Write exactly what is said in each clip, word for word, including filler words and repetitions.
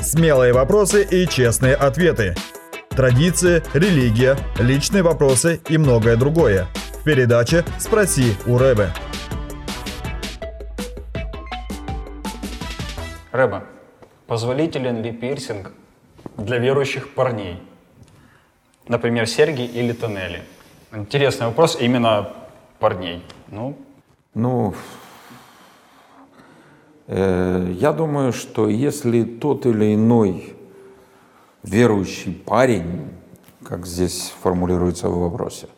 Смелые вопросы и честные ответы. Традиции, религия, личные вопросы и многое другое. В передаче «Спроси у Ребе». Ребе, позволителен ли пирсинг для верующих парней? Например, серьги или тоннели? Интересный вопрос именно парней. Ну, ну э, я думаю, что если тот или иной верующий парень, как здесь формулируется в вопросе,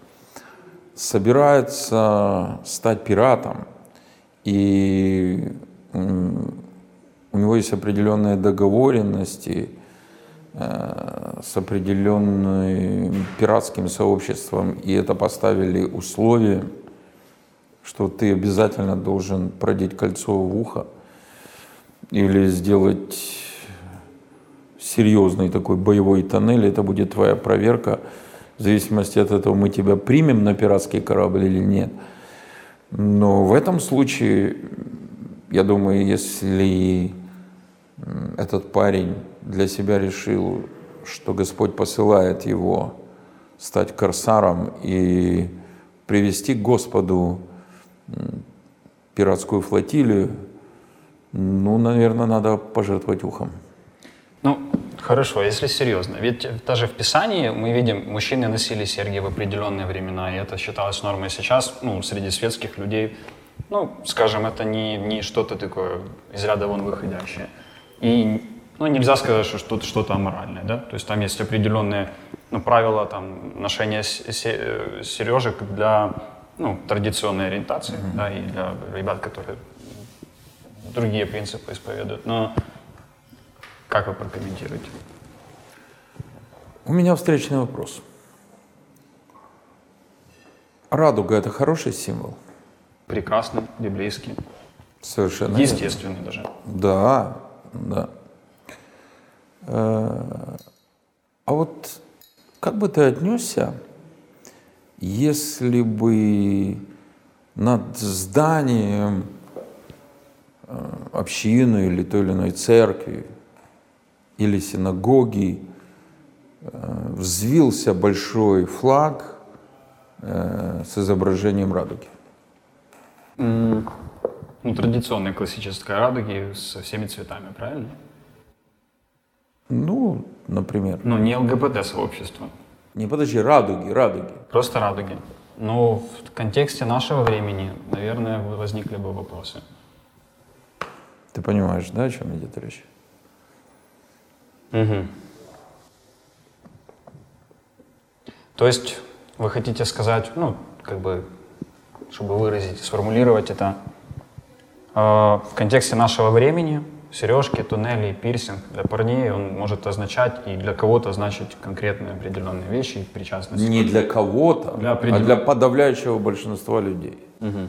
собирается стать пиратом, и у него есть определенные договоренности э, с определенным пиратским сообществом, и это поставили условие, что ты обязательно должен продеть кольцо в ухо или сделать серьезный такой боевой тоннель, это будет твоя проверка. В зависимости от этого мы тебя примем на пиратский корабль или нет. Но в этом случае, я думаю, если этот парень для себя решил, что Господь посылает его стать корсаром и привести к Господу пиратскую флотилию, ну, наверное, надо пожертвовать ухом. Ну, хорошо, если серьезно. Ведь даже в Писании мы видим, мужчины носили серьги в определенные времена, и это считалось нормой. Сейчас, ну, среди светских людей, ну, скажем, это не, не что-то такое из ряда вон выходящее. И, ну, нельзя сказать, что что-то, что-то аморальное, да? То есть там есть определенные, ну, правила там, ношения сережек для, ну, традиционной ориентации, mm-hmm. да, и для ребят, которые другие принципы исповедуют. Но как вы прокомментируете? У меня встречный вопрос. Радуга — это хороший символ? Прекрасный, библейский. Совершенно естественный верно. даже. Да, да. А вот как бы ты отнесся, если бы над зданием общины или той или иной церкви или синагоги взвился большой флаг с изображением радуги? Mm, ну, традиционная классическая радуги со всеми цветами, правильно? Ну, например. Ну, не ЛГБТ-сообщество. Не, подожди, радуги, радуги. Просто радуги. Но в контексте нашего времени, наверное, возникли бы вопросы. Ты понимаешь, да, о чем идет речь? Угу. То есть вы хотите сказать, ну, как бы, чтобы выразить, сформулировать это, э, в контексте нашего времени сережки, туннели, пирсинг для парней, он может означать и для кого-то значить конкретные определенные вещи, в причастности. Не для кого-то, для определен... а для подавляющего большинства людей. Угу.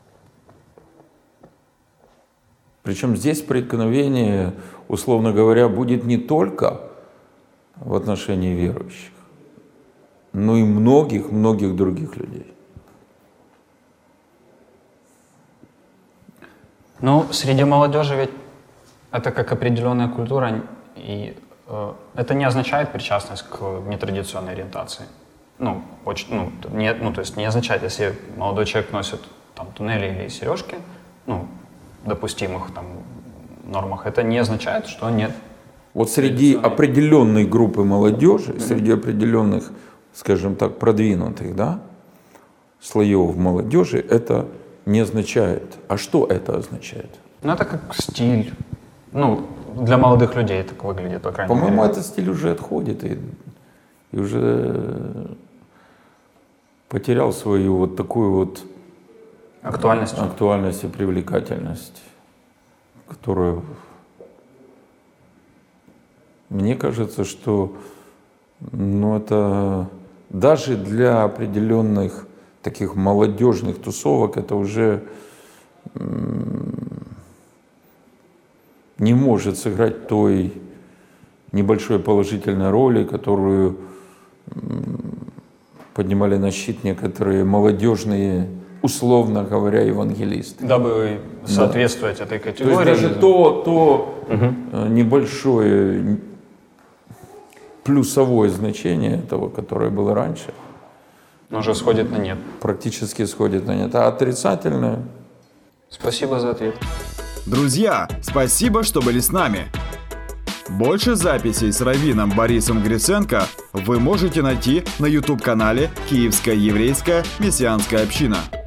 Причем здесь преткновение, условно говоря, будет не только в отношении верующих, но и многих-многих других людей. Ну, среди молодежи ведь это как определенная культура, и э, это не означает причастность к нетрадиционной ориентации. Ну, очень, ну, не, ну, то есть не означает, если молодой человек носит там туннели или сережки, ну, допустимых там нормах, это не означает, что нет. Вот среди определенной группы молодежи, mm-hmm. среди определенных, скажем так, продвинутых, да, слоев молодежи, это не означает. А что это означает? Ну, это как стиль. Ну, для молодых людей так выглядит, по крайней По-моему, мере. этот стиль уже отходит и, и уже потерял свою вот такую вот актуальность, актуальность и привлекательность, которую, мне кажется, что, ну, это даже для определенных таких молодежных тусовок это уже не может сыграть той небольшой положительной роли, которую поднимали на щит некоторые молодежные условно говоря, евангелисты. Дабы соответствовать да. этой категории. То есть даже то, то угу. небольшое плюсовое значение этого, которое было раньше, но уже сходит на нет. Практически сходит на нет. А отрицательное? Спасибо за ответ. Друзья, спасибо, что были с нами. Больше записей с раввином Борисом Гриценко вы можете найти на YouTube-канале «Киевская еврейская мессианская община».